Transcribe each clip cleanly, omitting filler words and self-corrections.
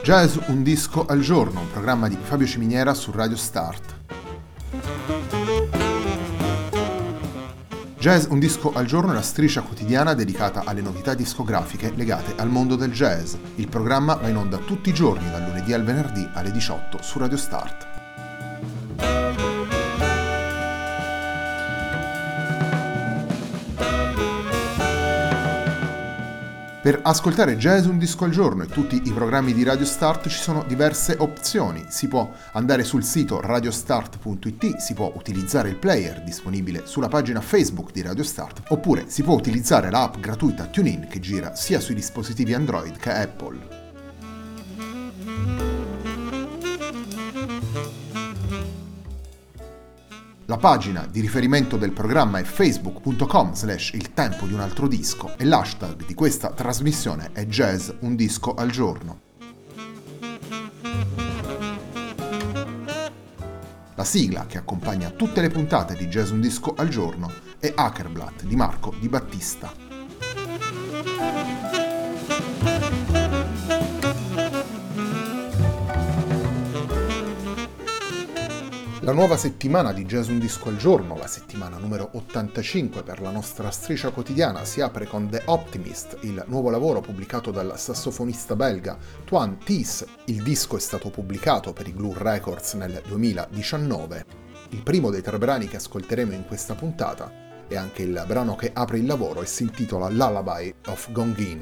Jazz un disco al giorno, un programma di Fabio Ciminiera su Radio Start. Jazz un disco al giorno è la striscia quotidiana dedicata alle novità discografiche legate al mondo del jazz. Il programma va in onda tutti i giorni, dal lunedì al venerdì alle 18 su Radio Start. Per ascoltare Jazz un disco al giorno e tutti i programmi di Radio Start ci sono diverse opzioni. Si può andare sul sito radiostart.it, si può utilizzare il player disponibile sulla pagina Facebook di Radio Start, oppure si può utilizzare l'app gratuita TuneIn che gira sia sui dispositivi Android che Apple. La pagina di riferimento del programma è facebook.com/il tempo di un altro disco e l'hashtag di questa trasmissione è Jazz un disco al giorno. La sigla che accompagna tutte le puntate di Jazz un disco al giorno è Hackerblatt di Marco Di Battista. La nuova settimana di Jazz un disco al giorno, la settimana numero 85 per la nostra striscia quotidiana, si apre con The Optimist, il nuovo lavoro pubblicato dal sassofonista belga Toine Thies. Il disco è stato pubblicato per i Glue Records nel 2019. Il primo dei 3 brani che ascolteremo in questa puntata è anche il brano che apre il lavoro e si intitola Lullaby of Gongin.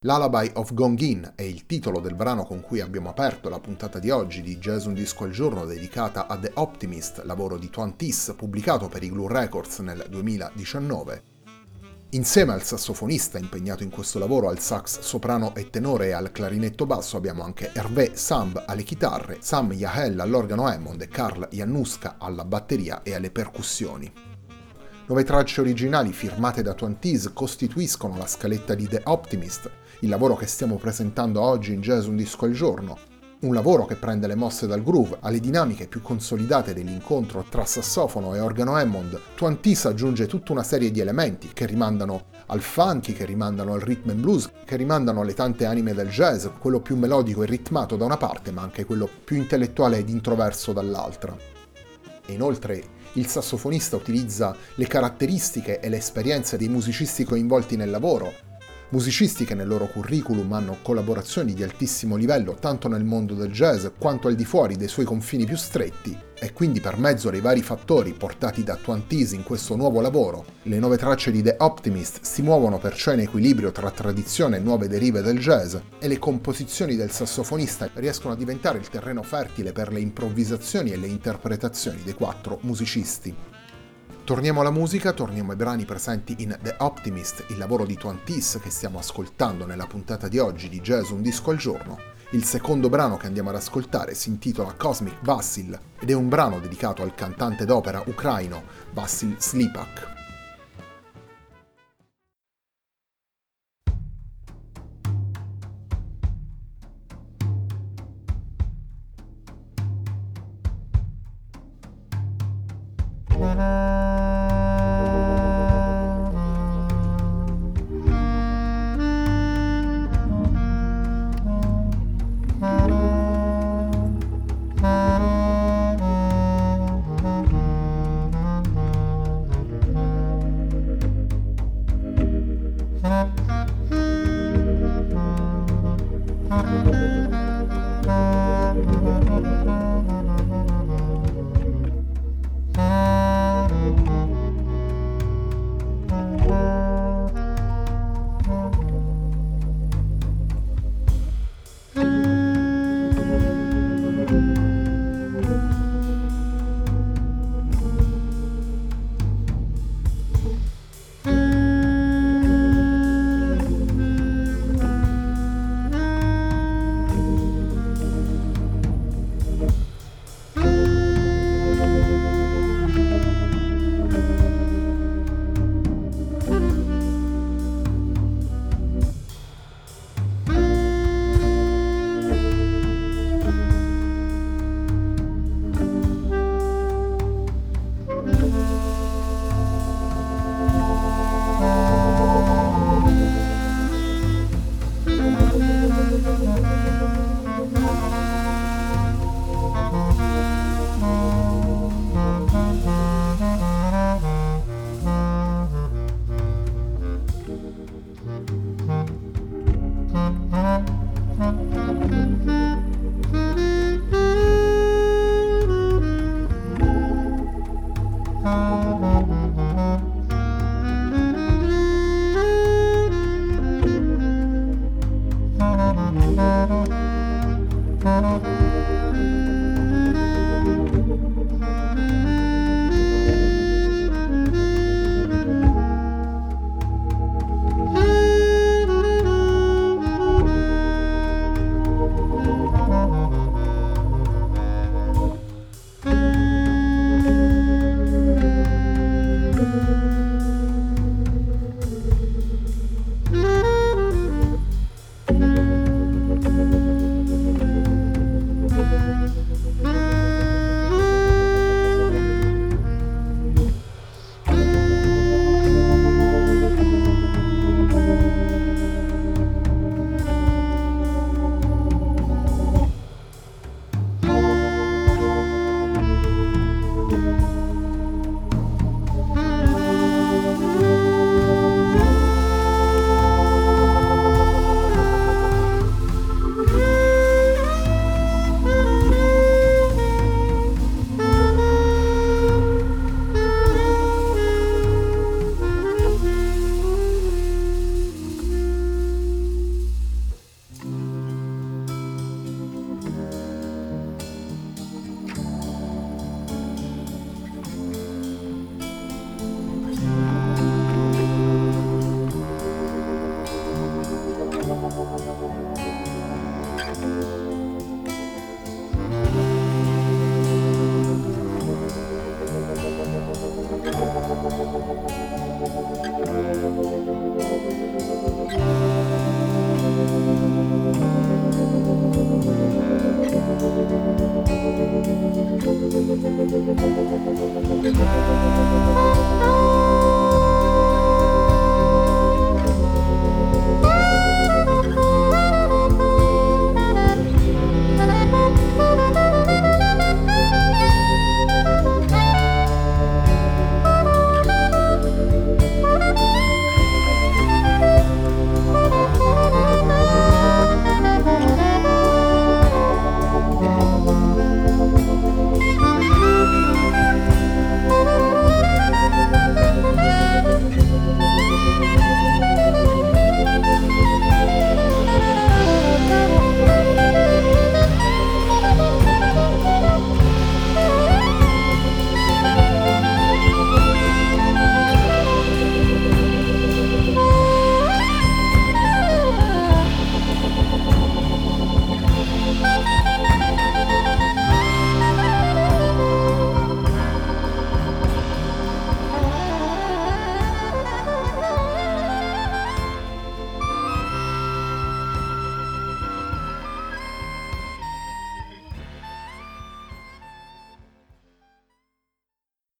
Lullaby of Gongin è il titolo del brano con cui abbiamo aperto la puntata di oggi di Jazz Un Disco al Giorno dedicata a The Optimist, lavoro di Twantis pubblicato per i Glue Records nel 2019. Insieme al sassofonista impegnato in questo lavoro al sax soprano e tenore e al clarinetto basso abbiamo anche Hervé Samb alle chitarre, Sam Yahel all'organo Hammond e Karl Januska alla batteria e alle percussioni. 9 tracce originali firmate da Twantis costituiscono la scaletta di The Optimist, il lavoro che stiamo presentando oggi in Jazz Un Disco al Giorno. Un lavoro che prende le mosse dal groove, alle dinamiche più consolidate dell'incontro tra sassofono e organo Hammond. Twantis aggiunge tutta una serie di elementi che rimandano al funky, che rimandano al rhythm and blues, che rimandano alle tante anime del jazz, quello più melodico e ritmato da una parte, ma anche quello più intellettuale ed introverso dall'altra. E inoltre il sassofonista utilizza le caratteristiche e le esperienze dei musicisti coinvolti nel lavoro, musicisti che nel loro curriculum hanno collaborazioni di altissimo livello tanto nel mondo del jazz quanto al di fuori dei suoi confini più stretti, e quindi per mezzo dei vari fattori portati da Twantis in questo nuovo lavoro, le 9 tracce di The Optimist si muovono perciò in equilibrio tra tradizione e nuove derive del jazz, e le composizioni del sassofonista riescono a diventare il terreno fertile per le improvvisazioni e le interpretazioni dei 4 musicisti. Torniamo alla musica, torniamo ai brani presenti in The Optimist, il lavoro di Twantis che stiamo ascoltando nella puntata di oggi di Jazz Un Disco al Giorno. Il secondo brano che andiamo ad ascoltare si intitola Cosmic Vassil ed è un brano dedicato al cantante d'opera ucraino Vassil Slipak.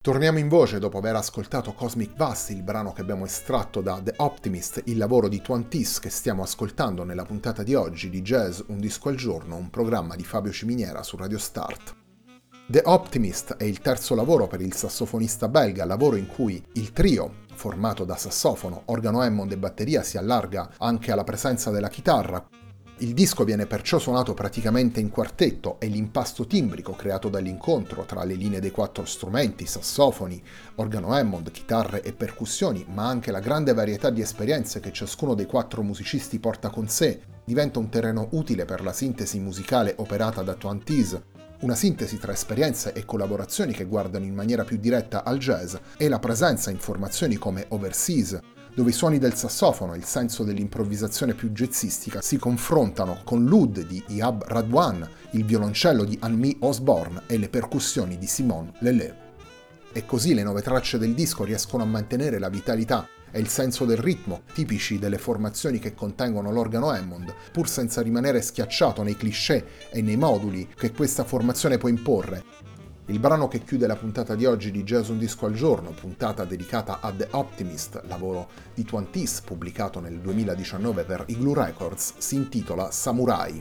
Torniamo in voce dopo aver ascoltato Cosmic Vast, il brano che abbiamo estratto da The Optimist, il lavoro di Twantis che stiamo ascoltando nella puntata di oggi di Jazz Un Disco al Giorno, un programma di Fabio Ciminiera su Radio Start. The Optimist è il terzo lavoro per il sassofonista belga, lavoro in cui il trio, formato da sassofono, organo Hammond e batteria, si allarga anche alla presenza della chitarra. Il disco viene perciò suonato praticamente in quartetto e l'impasto timbrico creato dall'incontro tra le linee dei quattro strumenti, sassofoni, organo Hammond, chitarre e percussioni, ma anche la grande varietà di esperienze che ciascuno dei quattro musicisti porta con sé, diventa un terreno utile per la sintesi musicale operata da Twantis, una sintesi tra esperienze e collaborazioni che guardano in maniera più diretta al jazz e la presenza in formazioni come Overseas, dove i suoni del sassofono e il senso dell'improvvisazione più jazzistica si confrontano con l'oud di Ihab Radwan, il violoncello di Anmi Osborne e le percussioni di Simon Leleu. E così le 9 tracce del disco riescono a mantenere la vitalità e il senso del ritmo, tipici delle formazioni che contengono l'organo Hammond, pur senza rimanere schiacciato nei cliché e nei moduli che questa formazione può imporre. Il brano che chiude la puntata di oggi di Jazz Un Disco al Giorno, puntata dedicata a The Optimist, lavoro di Twantis pubblicato nel 2019 per Igloo Records, si intitola Samurai.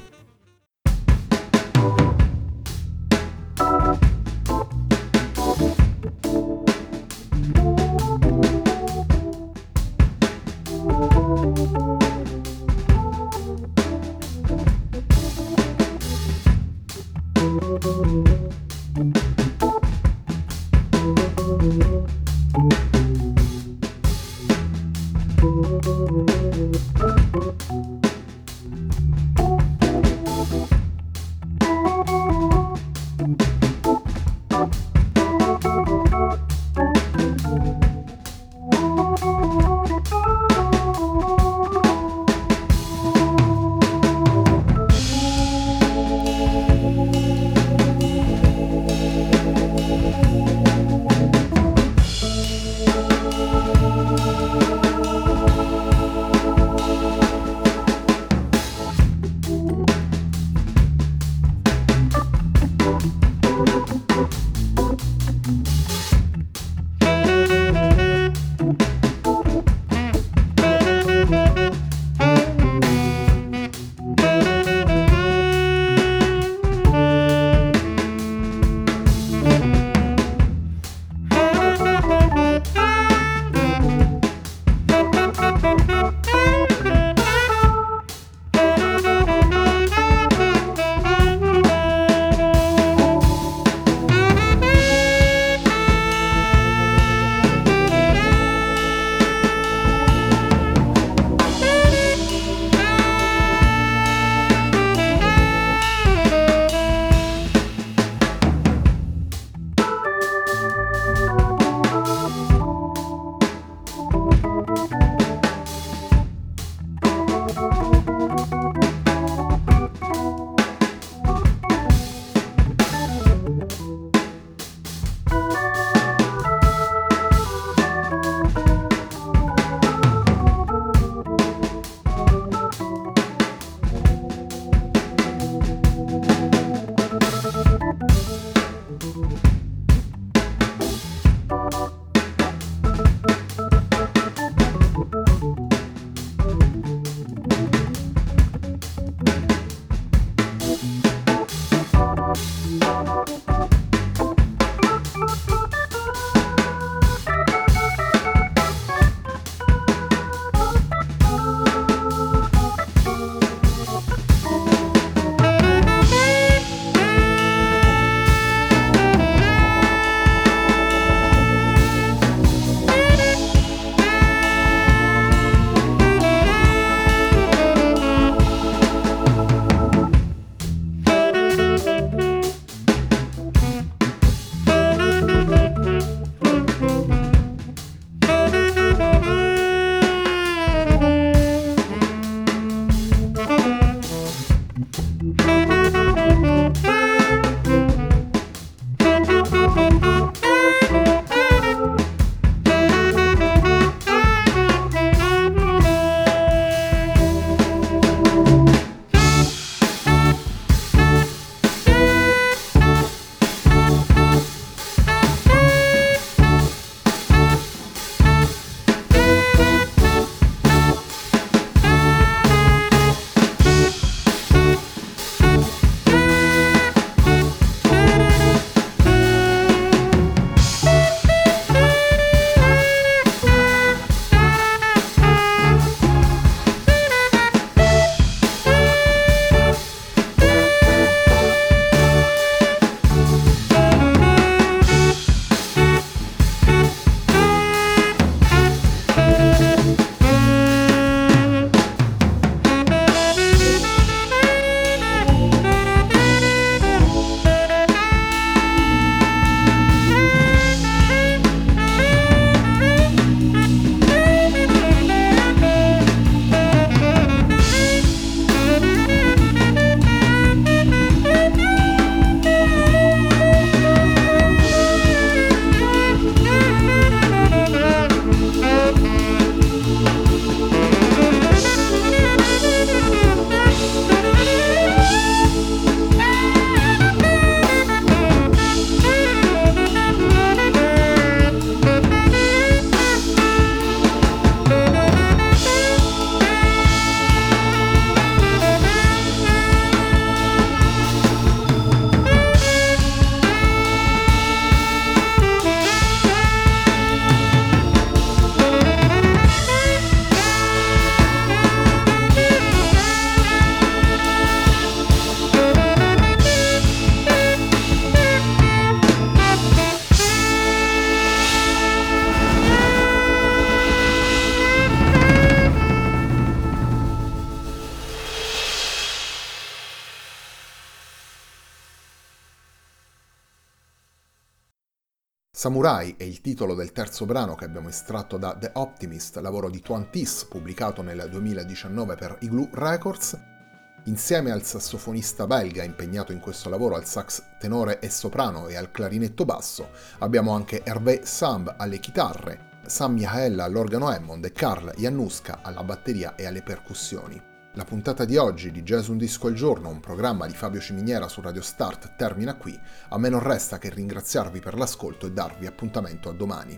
Samurai è il titolo del terzo brano che abbiamo estratto da The Optimist, lavoro di Tuan Tis, pubblicato nel 2019 per Igloo Records. Insieme al sassofonista belga impegnato in questo lavoro al sax tenore e soprano e al clarinetto basso, abbiamo anche Hervé Samb alle chitarre, Sam Yael all'organo Hammond e Karl Januska alla batteria e alle percussioni. La puntata di oggi di Jazz Un Disco al Giorno, un programma di Fabio Ciminiera su Radio Start, termina qui. A me non resta che ringraziarvi per l'ascolto e darvi appuntamento a domani.